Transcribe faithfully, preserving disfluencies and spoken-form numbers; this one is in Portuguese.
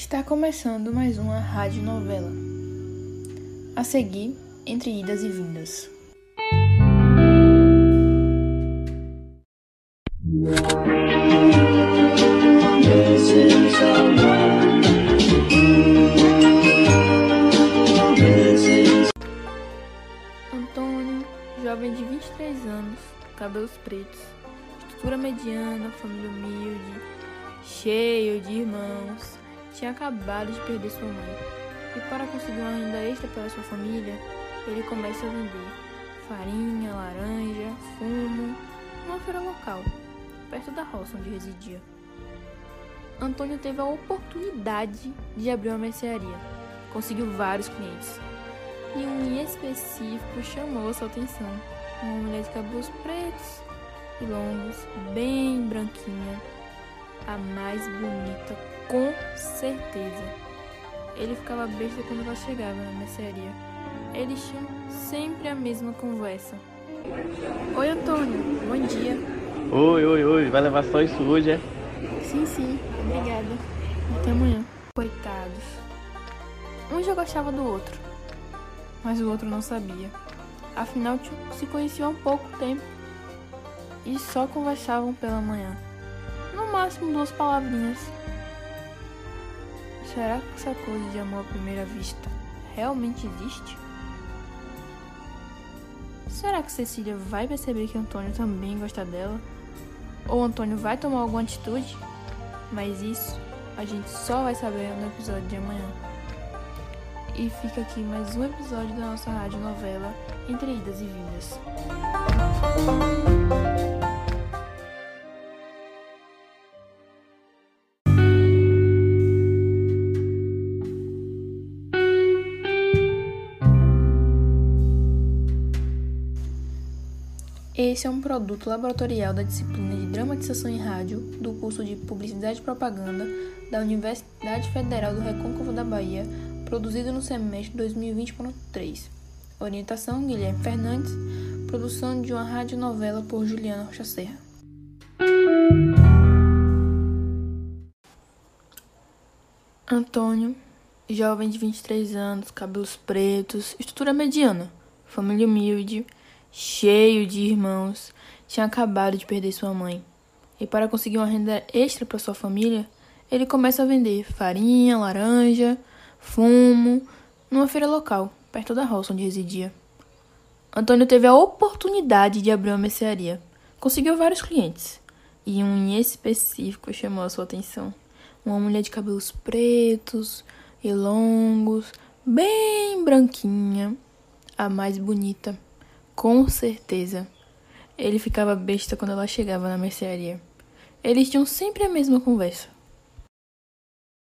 Está começando mais uma radionovela. A seguir, Entre Idas e Vindas. Antônio, jovem de vinte e três anos, cabelos pretos, estrutura mediana, família humilde, cheio de irmãos, tinha acabado de perder sua mãe. E para conseguir uma renda extra para sua família, ele começa a vender farinha, laranja, fumo, numa feira local, perto da roça onde residia. Antônio teve a oportunidade de abrir uma mercearia. Conseguiu vários clientes. E um em específico chamou a sua atenção. Uma mulher de cabelos pretos e longos, bem branquinha. A mais bonita, com certeza. Ele ficava besta quando ela chegava na mercearia. Eles tinham sempre a mesma conversa. Oi, Antônio. Bom dia. Oi, oi, oi. Vai levar só isso hoje, é? Sim, sim. Obrigada. Até amanhã. Coitados. Um já gostava do outro, mas o outro não sabia. Afinal, se conheciam há pouco tempo e só conversavam pela manhã. No máximo duas palavrinhas. Será que essa coisa de amor à primeira vista realmente existe? Será que Cecília vai perceber que Antônio também gosta dela? Ou Antônio vai tomar alguma atitude? Mas isso a gente só vai saber no episódio de amanhã. E fica aqui mais um episódio da nossa radionovela Entre Idas e Vindas. Esse é um produto laboratorial da disciplina de Dramatização em Rádio do curso de Publicidade e Propaganda da Universidade Federal do Recôncavo da Bahia, produzido no semestre dois mil e vinte ponto três. Orientação: Guilherme Fernandes. Produção de uma radionovela por Juliana Rocha Serra. Antônio, jovem de vinte e três anos, cabelos pretos, estrutura mediana, família humilde, cheio de irmãos, tinha acabado de perder sua mãe. E para conseguir uma renda extra para sua família, ele começa a vender farinha, laranja, fumo, numa feira local, perto da roça onde residia. Antônio teve a oportunidade de abrir uma mercearia. Conseguiu vários clientes. E um em específico chamou a sua atenção. Uma mulher de cabelos pretos e longos, bem branquinha, a mais bonita. Com certeza. Ele ficava besta quando ela chegava na mercearia. Eles tinham sempre a mesma conversa.